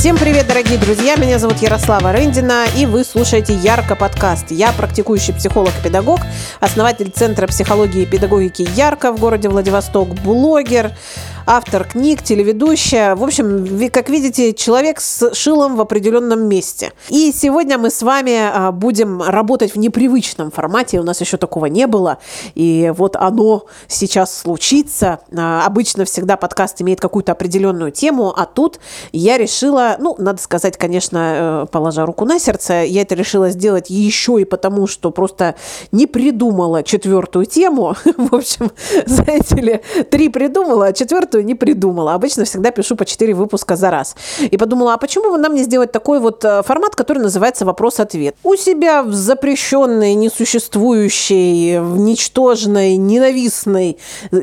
Всем привет, дорогие друзья! Меня зовут Ярослава Рындина, и вы слушаете Ярко подкаст. Я практикующий психолог и педагог, основатель Центра психологии и педагогики Ярко в городе Владивосток, блогер, автор книг, телеведущая. В общем, как видите, человек с шилом в определенном месте. И сегодня мы с вами будем работать в непривычном формате. У нас еще такого не было. И вот оно сейчас случится. Обычно всегда подкаст имеет какую-то определенную тему, а тут я решила, надо сказать, конечно, положа руку на сердце, я это решила сделать еще и потому, что просто не придумала четвертую тему. В общем, знаете ли, 3 придумала, а четвертую не придумала. Обычно всегда пишу по 4 выпуска за раз. И подумала, а почему бы нам не сделать такой вот формат, который называется «Вопрос-ответ». У себя в запрещенной, несуществующей, в ничтожной, ненавистной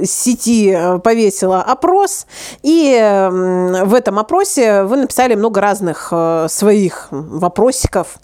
сети повесила опрос. И в этом опросе вы написали много разных своих вопросиков,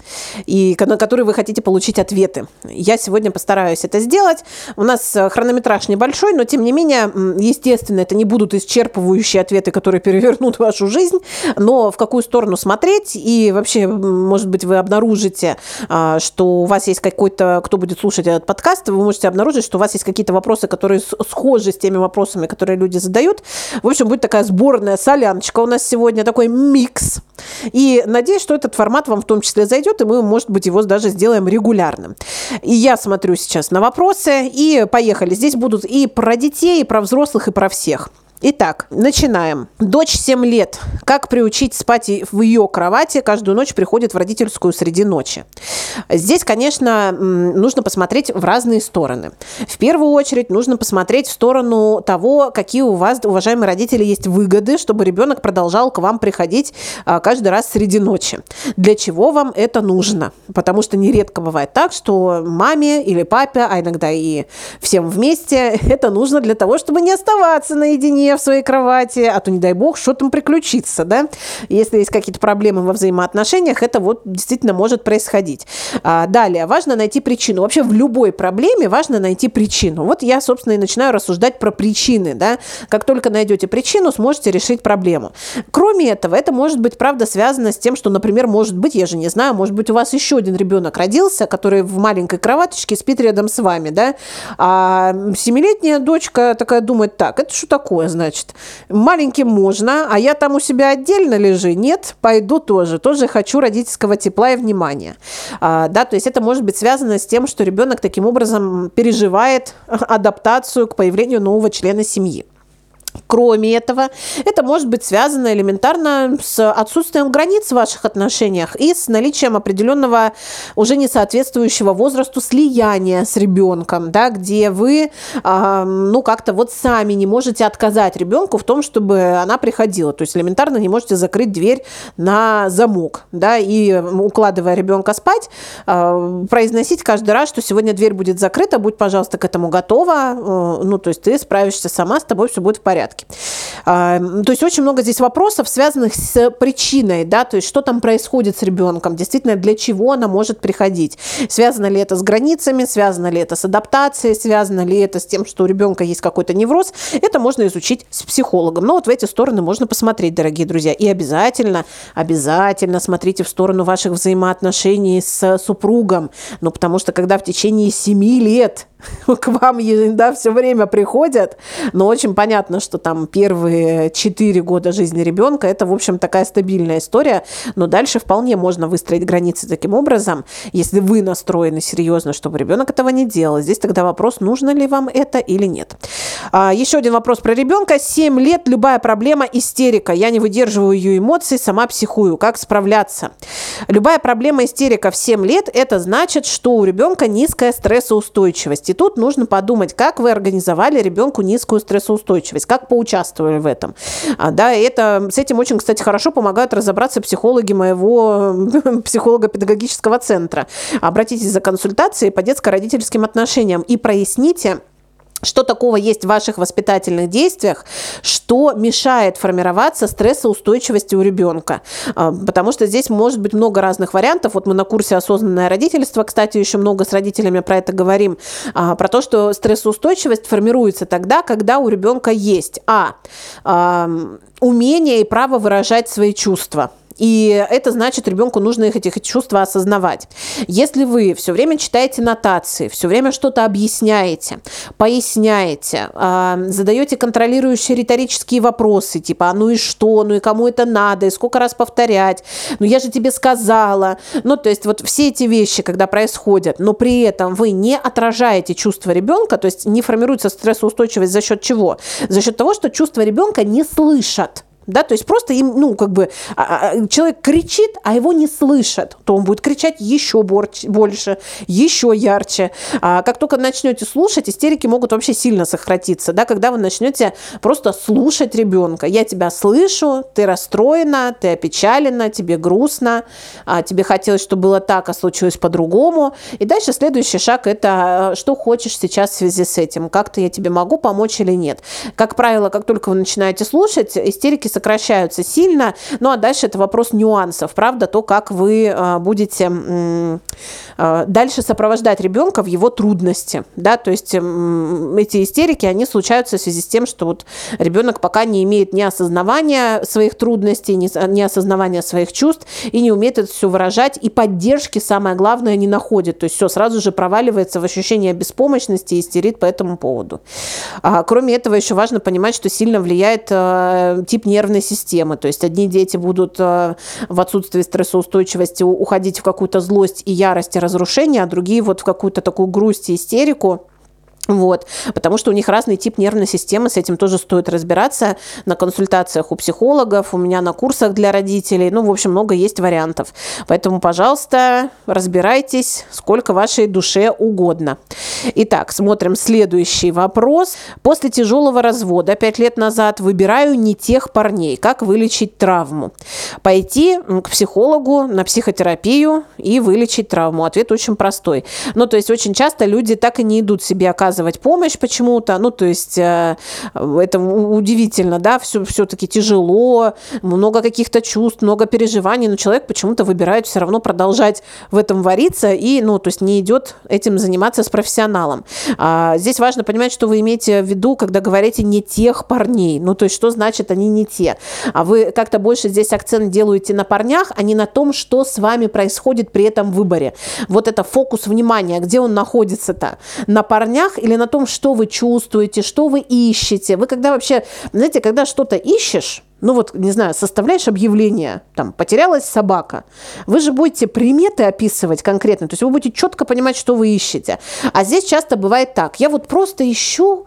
на которые вы хотите получить ответы. Я сегодня постараюсь это сделать. У нас хронометраж небольшой, но тем не менее, естественно, это не будут исчерпывающие ответы, которые перевернут вашу жизнь, но в какую сторону смотреть, и вообще, может быть, вы обнаружите, что у вас есть какой-то, кто будет слушать этот подкаст, вы можете обнаружить, что у вас есть какие-то вопросы, которые схожи с теми вопросами, которые люди задают. В общем, будет такая сборная соляночка у нас сегодня, такой микс. И надеюсь, что этот формат вам в том числе зайдет, и мы, может быть, его даже сделаем регулярным. И я смотрю сейчас на вопросы, и поехали. Здесь будут и про детей, и про взрослых, и про всех. Итак, начинаем. Дочь 7 лет. Как приучить спать в ее кровати? Каждую ночь приходит в родительскую среди ночи. Здесь, конечно, нужно посмотреть в разные стороны. В первую очередь нужно посмотреть в сторону того, какие у вас, уважаемые родители, есть выгоды, чтобы ребенок продолжал к вам приходить каждый раз среди ночи. Для чего вам это нужно? Потому что нередко бывает так, что маме или папе, а иногда и всем вместе, это нужно для того, чтобы не оставаться наедине в своей кровати, а то, не дай бог, что там приключится, да? Если есть какие-то проблемы во взаимоотношениях, это вот действительно может происходить. Далее, важно найти причину. Вообще в любой проблеме важно найти причину. Вот я, собственно, и начинаю рассуждать про причины, да? Как только найдете причину, сможете решить проблему. Кроме этого, это может быть, правда, связано с тем, что, например, может быть, я же не знаю, может быть, у вас еще один ребенок родился, который в маленькой кроваточке спит рядом с вами, да? А 7-летняя дочка такая думает, так, это что такое, значит, маленьким можно, а я там у себя отдельно лежу? Нет, пойду тоже хочу родительского тепла и внимания. Да, то есть это может быть связано с тем, что ребенок таким образом переживает адаптацию к появлению нового члена семьи. Кроме этого, это может быть связано элементарно с отсутствием границ в ваших отношениях и с наличием определенного уже несоответствующего возрасту слияния с ребенком, да, где вы как-то вот сами не можете отказать ребенку в том, чтобы она приходила. То есть элементарно не можете закрыть дверь на замок, да, и укладывая ребенка спать, произносить каждый раз, что сегодня дверь будет закрыта, будь, пожалуйста, к этому готова, то есть ты справишься сама, с тобой все будет в порядке. То есть очень много здесь вопросов, связанных с причиной, да, то есть что там происходит с ребенком, действительно, для чего она может приходить. Связано ли это с границами, связано ли это с адаптацией, связано ли это с тем, что у ребенка есть какой-то невроз. Это можно изучить с психологом. Но вот в эти стороны можно посмотреть, дорогие друзья. И обязательно смотрите в сторону ваших взаимоотношений с супругом. Потому что когда в течение 7 лет к вам, да, все время приходят, но очень понятно, что там первые 4 года жизни ребенка это, в общем, такая стабильная история, но дальше вполне можно выстроить границы таким образом, если вы настроены серьезно, чтобы ребенок этого не делал. Здесь тогда вопрос, нужно ли вам это или нет. Еще один вопрос про ребенка. 7 лет, любая проблема, истерика. Я не выдерживаю ее эмоций, сама психую. Как справляться? Любая проблема, истерика в 7 лет, это значит, что у ребенка низкая стрессоустойчивость. И тут нужно подумать, как вы организовали ребенку низкую стрессоустойчивость, как поучаствовали в этом. Да, и с этим очень, кстати, хорошо помогают разобраться психологи моего психолого-педагогического центра. Обратитесь за консультацией по детско-родительским отношениям и проясните, что такого есть в ваших воспитательных действиях, что мешает формироваться стрессоустойчивости у ребенка. Потому что здесь может быть много разных вариантов. Вот мы на курсе «Осознанное родительство», кстати, еще много с родителями про это говорим, про то, что стрессоустойчивость формируется тогда, когда у ребенка есть умение и право выражать свои чувства. И это значит, ребенку нужно эти чувства осознавать. Если вы все время читаете нотации, все время что-то объясняете, поясняете, задаете контролирующие риторические вопросы, типа, а ну и что, ну и кому это надо, и сколько раз повторять, ну я же тебе сказала. Ну, то есть вот все эти вещи, когда происходят, но при этом вы не отражаете чувства ребенка, то есть не формируется стрессоустойчивость за счет чего? За счет того, что чувства ребенка не слышат. Да, то есть просто им, человек кричит, а его не слышат, то он будет кричать еще больше, еще ярче. А как только начнете слушать, истерики могут вообще сильно сократиться, да, когда вы начнете просто слушать ребенка. Я тебя слышу, ты расстроена, ты опечалена, тебе грустно, тебе хотелось, чтобы было так, а случилось по-другому. И дальше следующий шаг – это что хочешь сейчас в связи с этим, как-то я тебе могу помочь или нет. Как правило, как только вы начинаете слушать, истерики сокращаются сильно, ну а дальше это вопрос нюансов, правда, то, как вы будете дальше сопровождать ребенка в его трудности, да, то есть эти истерики, они случаются в связи с тем, что вот ребенок пока не имеет ни осознавания своих трудностей, ни осознавания своих чувств и не умеет это все выражать, и поддержки, самое главное, не находит, то есть все сразу же проваливается в ощущение беспомощности и истерит по этому поводу. Кроме этого, еще важно понимать, что сильно влияет тип нервной системы. То есть одни дети будут в отсутствии стрессоустойчивости уходить в какую-то злость и ярость и разрушение, а другие вот в какую-то такую грусть и истерику. Вот, потому что у них разный тип нервной системы, с этим тоже стоит разбираться на консультациях у психологов, у меня на курсах для родителей, ну, в общем, много есть вариантов. Поэтому, пожалуйста, разбирайтесь, сколько вашей душе угодно. Итак, смотрим следующий вопрос. После тяжелого развода 5 лет назад выбираю не тех парней. Как вылечить травму? Пойти к психологу на психотерапию и вылечить травму. Ответ очень простой. Ну, то есть очень часто люди так и не идут себе оказывать помощь почему-то, ну, то есть это удивительно, да, все-таки тяжело, много каких-то чувств, много переживаний, но человек почему-то выбирает все равно продолжать в этом вариться и, ну, то есть не идет этим заниматься с профессионалом. Здесь важно понимать, что вы имеете в виду, когда говорите «не тех парней», ну, то есть что значит они не те, а вы как-то больше здесь акцент делаете на парнях, а не на том, что с вами происходит при этом выборе. Вот это фокус внимания, где он находится-то, на парнях или на том, что вы чувствуете, что вы ищете. Вы когда вообще, знаете, когда что-то ищешь, ну вот, не знаю, составляешь объявление, там, потерялась собака, вы же будете приметы описывать конкретно, то есть вы будете четко понимать, что вы ищете. А здесь часто бывает так, я вот просто ищу,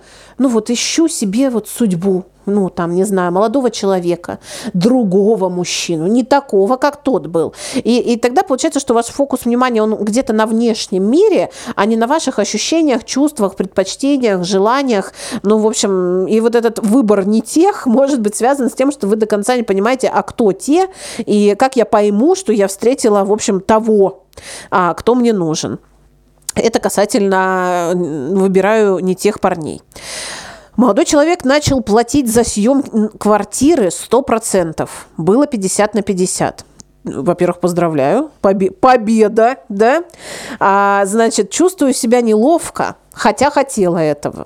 ищу себе вот судьбу, не знаю, молодого человека, другого мужчину, не такого, как тот был. И тогда получается, что ваш фокус внимания, он где-то на внешнем мире, а не на ваших ощущениях, чувствах, предпочтениях, желаниях. В общем, и вот этот выбор не тех может быть связан с тем, что вы до конца не понимаете, а кто те, и как я пойму, что я встретила, в общем, того, кто мне нужен. Это касательно выбираю не тех парней. Молодой человек начал платить за съем квартиры 100%. Было 50/50. Во-первых, поздравляю. Победа, да? Значит, чувствую себя неловко, хотя хотела этого.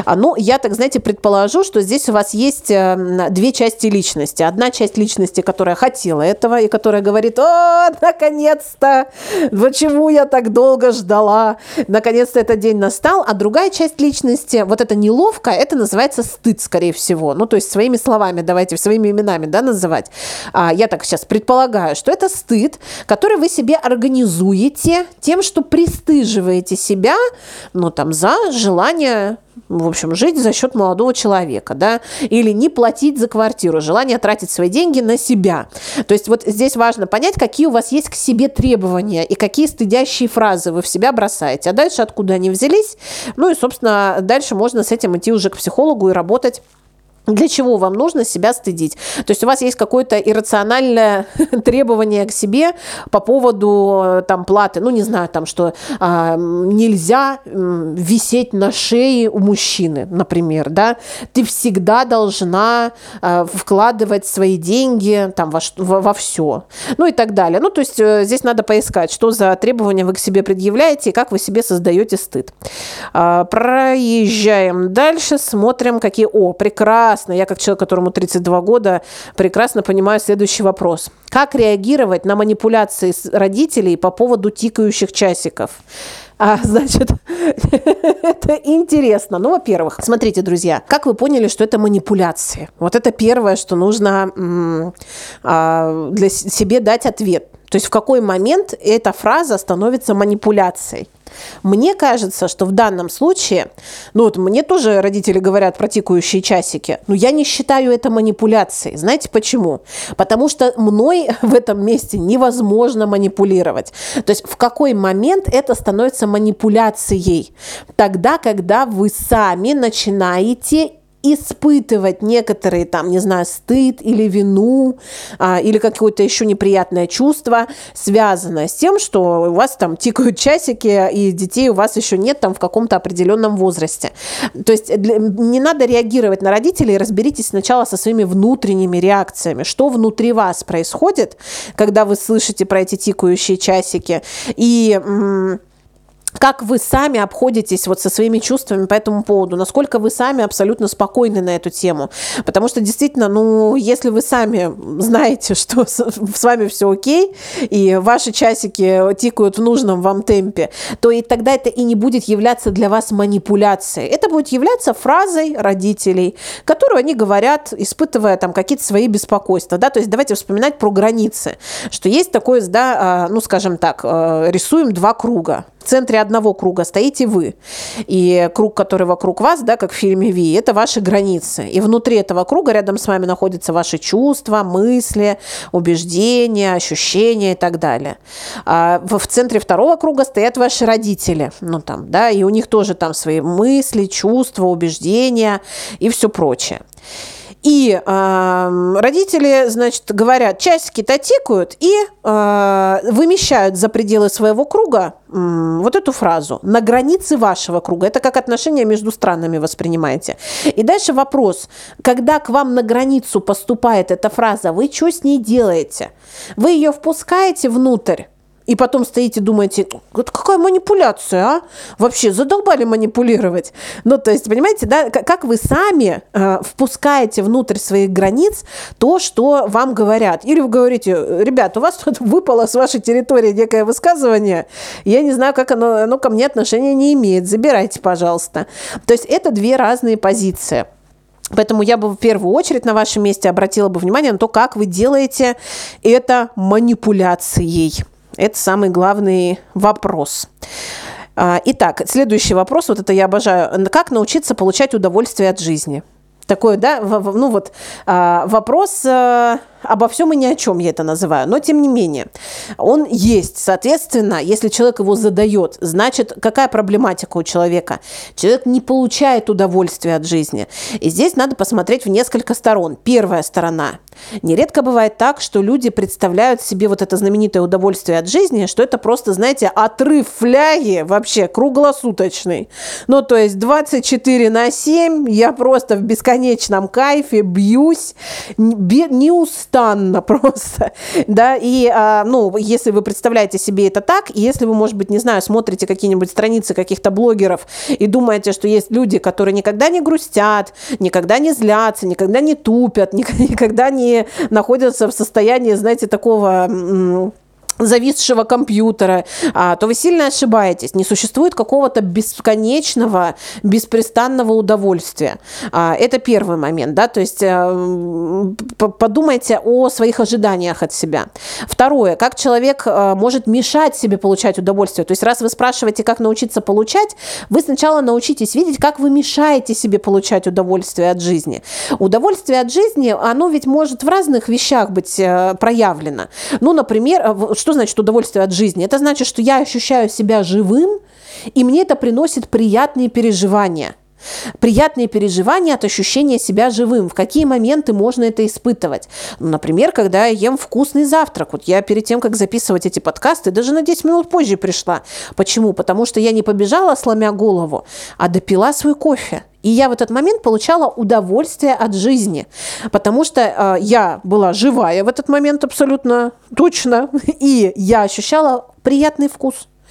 Я так, знаете, предположу, что здесь у вас есть две части личности. Одна часть личности, которая хотела этого и которая говорит: «О, наконец-то! Почему я так долго ждала? Наконец-то этот день настал». А другая часть личности, вот это неловко, это называется стыд, скорее всего. То есть своими словами, давайте своими именами, да, называть. Я так сейчас предполагаю, что это стыд, который вы себе организуете тем, что пристыживаете себя, за желание, в общем, жить за счет молодого человека, да, или не платить за квартиру, желание тратить свои деньги на себя. То есть вот здесь важно понять, какие у вас есть к себе требования и какие стыдящие фразы вы в себя бросаете, а дальше откуда они взялись, и, собственно, дальше можно с этим идти уже к психологу и работать. Для чего вам нужно себя стыдить? То есть у вас есть какое-то иррациональное требование к себе по поводу платы. Не знаю, что нельзя висеть на шее у мужчины, например, да? Ты всегда должна вкладывать свои деньги во все. И так далее. То есть здесь надо поискать, что за требования вы к себе предъявляете и как вы себе создаете стыд. Проезжаем дальше, смотрим, какие... прекрасно. прекрасно, я как человек, которому 32 года, прекрасно понимаю следующий вопрос. Как реагировать на манипуляции родителей по поводу тикающих часиков? Значит, это интересно. Ну, во-первых, смотрите, друзья, как вы поняли, что это манипуляции? Вот это первое, что нужно для себе дать ответ. То есть в какой момент эта фраза становится манипуляцией? Мне кажется, что в данном случае, ну вот мне тоже родители говорят про тикающие часики, но я не считаю это манипуляцией. Знаете почему? Потому что мной в этом месте невозможно манипулировать. То есть в какой момент это становится манипуляцией? Тогда, когда вы сами начинаете испытывать некоторые, там, не знаю, стыд или вину, или какое-то еще неприятное чувство, связанное с тем, что у вас там тикают часики, и детей у вас еще нет там в каком-то определенном возрасте. То есть не надо реагировать на родителей, разберитесь сначала со своими внутренними реакциями, что внутри вас происходит, когда вы слышите про эти тикающие часики, и как вы сами обходитесь вот со своими чувствами по этому поводу, насколько вы сами абсолютно спокойны на эту тему. Потому что действительно, ну, если вы сами знаете, что с вами все окей, и ваши часики тикают в нужном вам темпе, то и тогда это и не будет являться для вас манипуляцией. Это будет являться фразой родителей, которую они говорят, испытывая там какие-то свои беспокойства. Да? То есть давайте вспоминать про границы, что есть такое, да, ну, скажем так, рисуем два круга. В центре одного круга стоите вы. И круг, который вокруг вас, да, как в фильме «Ви», это ваши границы. И внутри этого круга рядом с вами находятся ваши чувства, мысли, убеждения, ощущения и так далее. А в центре второго круга стоят ваши родители. Ну, там, да, и у них тоже там свои мысли, чувства, убеждения и все прочее. И родители, значит, говорят, часики-то тикают, и вымещают за пределы своего круга вот эту фразу «на границе вашего круга». Это как отношения между странами воспринимаете. И дальше вопрос. Когда к вам на границу поступает эта фраза, вы что с ней делаете? Вы ее впускаете внутрь? И потом стоите, думаете, это какая манипуляция, а? Вообще задолбали манипулировать. Ну, то есть, понимаете, да, как вы сами впускаете внутрь своих границ то, что вам говорят. Или вы говорите, ребят, у вас тут выпало с вашей территории некое высказывание, я не знаю, как оно ко мне отношения не имеет, забирайте, пожалуйста. То есть, это две разные позиции. Поэтому я бы в первую очередь на вашем месте обратила бы внимание на то, как вы делаете это манипуляцией. Это самый главный вопрос. Итак, следующий вопрос, вот это я обожаю. Как научиться получать удовольствие от жизни? Такой, да, ну вот вопрос обо всем и ни о чем, я это называю. Но, тем не менее, он есть. Соответственно, если человек его задает, значит, какая проблематика у человека? Человек не получает удовольствия от жизни. И здесь надо посмотреть в несколько сторон. Первая сторона. Нередко бывает так, что люди представляют себе вот это знаменитое удовольствие от жизни, что это просто, знаете, отрыв фляги вообще круглосуточный. Ну, то есть 24/7 я просто в бесконечном кайфе бьюсь, неустанно просто, да, и, ну, если вы представляете себе это так, и если вы, может быть, не знаю, смотрите какие-нибудь страницы каких-то блогеров и думаете, что есть люди, которые никогда не грустят, никогда не злятся, никогда не тупят, никогда не находятся в состоянии, знаете, такого зависшего компьютера, то вы сильно ошибаетесь. Не существует какого-то бесконечного, беспрестанного удовольствия. Это первый момент, да, то есть подумайте о своих ожиданиях от себя. Второе, как человек может мешать себе получать удовольствие. То есть раз вы спрашиваете, как научиться получать, вы сначала научитесь видеть, как вы мешаете себе получать удовольствие от жизни. Удовольствие от жизни, оно ведь может в разных вещах быть проявлено. Ну, например, что значит удовольствие от жизни? Это значит, что я ощущаю себя живым, и мне это приносит приятные переживания. Приятные переживания от ощущения себя живым. В какие моменты можно это испытывать? Ну, например, когда я ем вкусный завтрак. Вот я перед тем, как записывать эти подкасты, даже на 10 минут позже пришла. Почему? Потому что я не побежала, сломя голову, а допила свой кофе. И я в этот момент получала удовольствие от жизни, потому что я была живая в этот момент абсолютно точно, и я ощущала приятный вкус.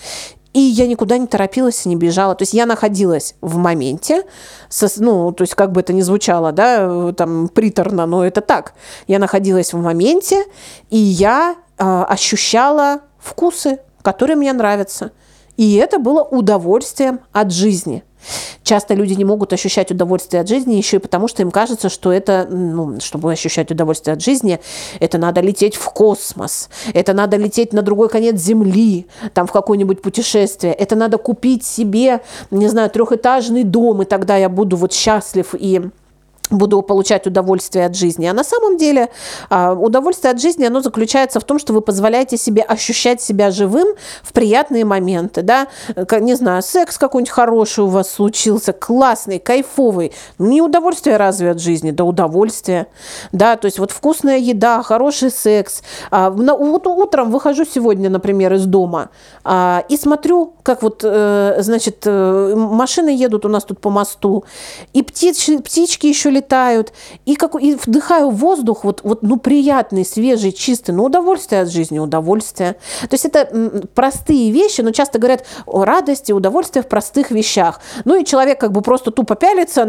И я никуда не торопилась, не бежала. То есть я находилась в моменте, то есть как бы это ни звучало, да, там приторно, но это так. Я находилась в моменте, и я ощущала вкусы, которые мне нравятся. И это было удовольствием от жизни. Часто люди не могут ощущать удовольствие от жизни еще и потому, что им кажется, что это, чтобы ощущать удовольствие от жизни, это надо лететь в космос, это надо лететь на другой конец Земли, там в какое-нибудь путешествие, это надо купить себе, не знаю, 3-этажный дом, и тогда я буду вот счастлив и буду получать удовольствие от жизни. А на самом деле удовольствие от жизни, оно заключается в том, что вы позволяете себе ощущать себя живым в приятные моменты, да, не знаю, секс какой-нибудь хороший у вас случился, классный, кайфовый, не удовольствие разве от жизни, да удовольствие, да, то есть вот вкусная еда, хороший секс. Вот утром выхожу сегодня, например, из дома и смотрю, как вот, значит, машины едут у нас тут по мосту, и птички еще летают, и вдыхаю воздух, приятный, свежий, чистый, удовольствие от жизни, удовольствие. То есть это простые вещи, но часто говорят о радости, удовольствии в простых вещах. И человек как бы просто тупо пялится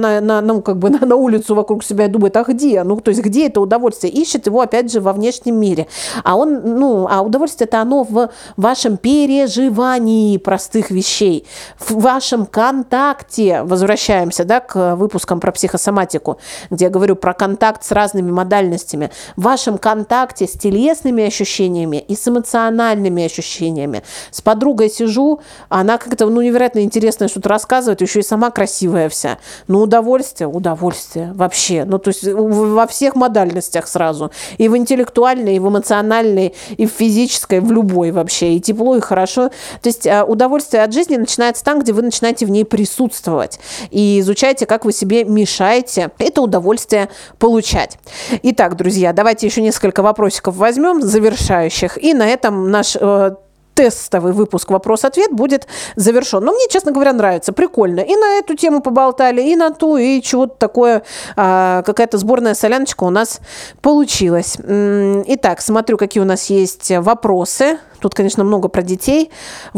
на улицу вокруг себя и думает, а где? То есть где это удовольствие? Ищет его, опять же, во внешнем мире. А удовольствие-то оно в вашем переживании простых вещей, в вашем контакте. Возвращаемся, да, к выпускам про психосоматику, где я говорю про контакт с разными модальностями, в вашем контакте с телесными ощущениями и с эмоциональными ощущениями. С подругой сижу, она как-то невероятно интересное что-то рассказывает, еще и сама красивая вся. Удовольствие вообще. То есть во всех модальностях сразу. И в интеллектуальной, и в эмоциональной, и в физической, в любой вообще. И тепло, и хорошо. То есть удовольствие от жизни начинается там, где вы начинаете в ней присутствовать. И изучаете, как вы себе мешаете это удовольствие получать. Итак, друзья, давайте еще несколько вопросиков возьмем, завершающих. И на этом наш тестовый выпуск «Вопрос-ответ» будет завершен. Но мне, честно говоря, нравится. Прикольно. И на эту тему поболтали, и на ту, и чего-то такое. Какая-то сборная соляночка у нас получилась. Итак, смотрю, какие у нас есть вопросы. Тут, конечно, много про детей.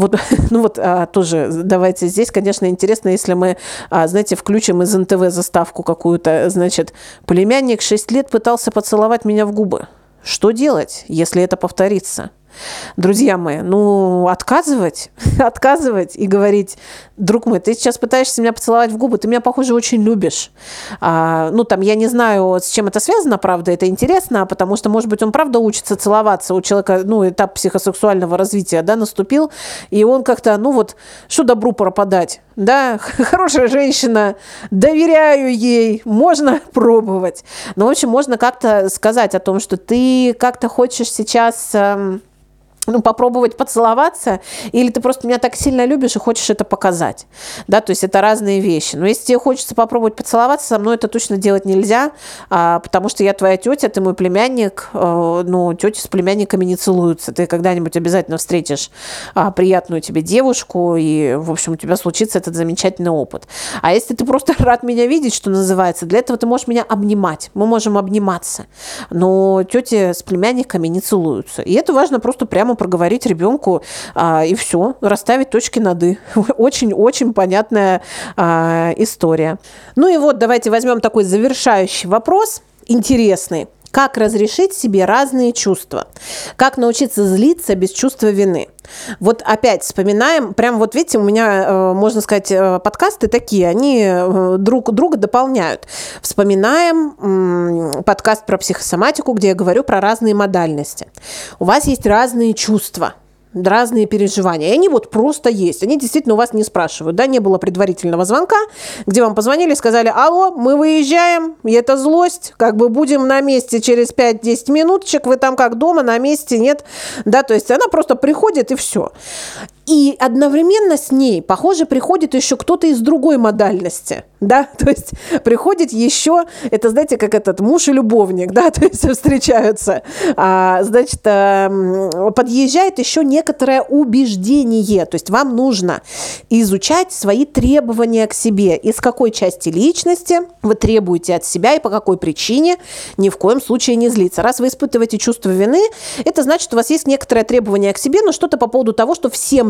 Тоже давайте здесь, конечно, интересно, если мы, знаете, включим из НТВ заставку какую-то. Значит, племянник 6 лет пытался поцеловать меня в губы. Что делать, если это повторится? Друзья мои, отказывать и говорить, друг мой, ты сейчас пытаешься меня поцеловать в губы, ты меня, похоже, очень любишь. Я не знаю, с чем это связано, правда, это интересно, потому что, может быть, он, правда, учится целоваться, у человека, этап психосексуального развития, да, наступил, и он как-то, что добру пропадать, да, хорошая женщина, доверяю ей, можно пробовать. В общем, можно как-то сказать о том, что ты как-то хочешь сейчас попробовать поцеловаться, или ты просто меня так сильно любишь и хочешь это показать. Да, то есть это разные вещи. Но если тебе хочется попробовать поцеловаться, со мной это точно делать нельзя, потому что я твоя тетя, ты мой племянник, тети с племянниками не целуются. Ты когда-нибудь обязательно встретишь приятную тебе девушку, и, в общем, у тебя случится этот замечательный опыт. А если ты просто рад меня видеть, что называется, для этого ты можешь меня обнимать. Мы можем обниматься. Но тети с племянниками не целуются. И это важно просто прямо проговорить ребенку, и все, расставить точки над «и». Очень-очень понятная история. Давайте возьмем такой завершающий вопрос, интересный. Как разрешить себе разные чувства? Как научиться злиться без чувства вины? Опять вспоминаем, видите, у меня, можно сказать, подкасты такие, они друг друга дополняют. Вспоминаем подкаст про психосоматику, где я говорю про разные модальности. У вас есть разные чувства, разные переживания. И они просто есть. Они действительно у вас не спрашивают. Да, не было предварительного звонка, где вам позвонили и сказали: алло, мы выезжаем, и это злость, будем на месте через 5-10 минуточек, вы там как дома, на месте, нет. Да, то есть она просто приходит и все. И одновременно с ней, похоже, приходит еще кто-то из другой модальности, да, то есть приходит еще, это, знаете, как этот муж и любовник, да, то есть встречаются, подъезжает еще некоторое убеждение, то есть вам нужно изучать свои требования к себе, из какой части личности вы требуете от себя и по какой причине, ни в коем случае не злиться. Раз вы испытываете чувство вины, это значит, что у вас есть некоторое требование к себе, но что-то по поводу того, что всем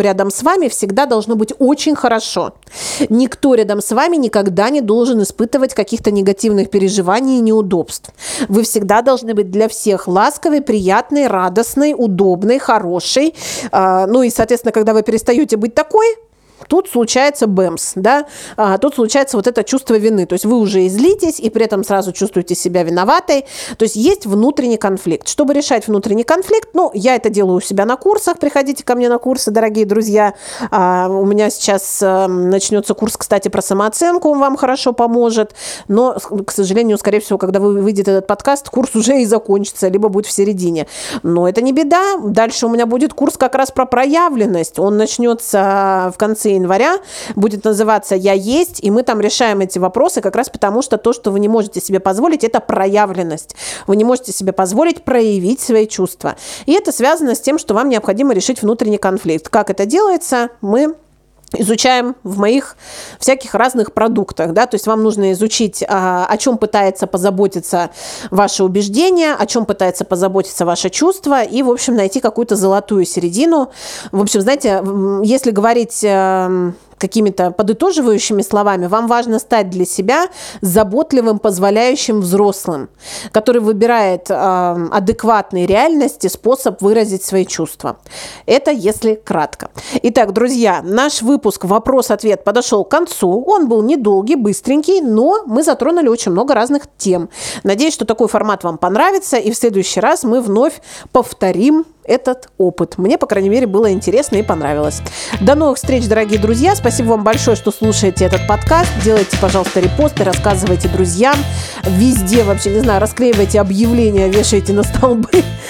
рядом с вами всегда должно быть очень хорошо. Никто рядом с вами никогда не должен испытывать каких-то негативных переживаний и неудобств. Вы всегда должны быть для всех ласковой, приятной, радостной, удобной, хорошей. Ну и, соответственно, когда вы перестаете быть такой, тут случается бэмс, да, тут случается вот это чувство вины. То есть вы уже излитесь и при этом сразу чувствуете себя виноватой. То есть есть внутренний конфликт. Чтобы решать внутренний конфликт, я это делаю у себя на курсах. Приходите ко мне на курсы, дорогие друзья. У меня сейчас начнется курс, кстати, про самооценку. Он вам хорошо поможет. Но, к сожалению, скорее всего, когда выйдет этот подкаст, курс уже и закончится, либо будет в середине. Но это не беда. Дальше у меня будет курс как раз про проявленность. Он начнется в конце января, будет называться «Я есть», и мы там решаем эти вопросы как раз потому, что то, что вы не можете себе позволить, это проявленность. Вы не можете себе позволить проявить свои чувства. И это связано с тем, что вам необходимо решить внутренний конфликт. Как это делается, мы изучаем в моих всяких разных продуктах, да, то есть вам нужно изучить, о чем пытается позаботиться ваше убеждение, о чем пытается позаботиться ваше чувство, и, в общем, найти какую-то золотую середину. В общем, знаете, если говорить какими-то подытоживающими словами, вам важно стать для себя заботливым, позволяющим взрослым, который выбирает адекватный реальности способ выразить свои чувства. Это если кратко. Итак, друзья, наш выпуск «Вопрос-ответ» подошел к концу. Он был недолгий, быстренький, но мы затронули очень много разных тем. Надеюсь, что такой формат вам понравится, и в следующий раз мы вновь повторим этот опыт. Мне, по крайней мере, было интересно и понравилось. До новых встреч, дорогие друзья. Спасибо вам большое, что слушаете этот подкаст. Делайте, пожалуйста, репосты, рассказывайте друзьям. Везде вообще, не знаю, расклеивайте объявления, вешайте на столбы.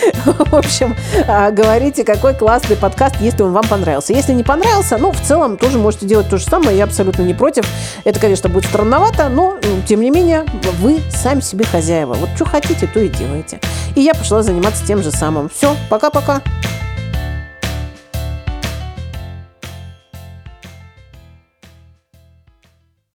В общем, говорите, какой классный подкаст, если он вам понравился. Если не понравился, в целом тоже можете делать то же самое. Я абсолютно не против. Это, конечно, будет странновато, но, тем не менее, вы сами себе хозяева. Вот что хотите, то и делаете. И я пошла заниматься тем же самым. Все, пока-пока.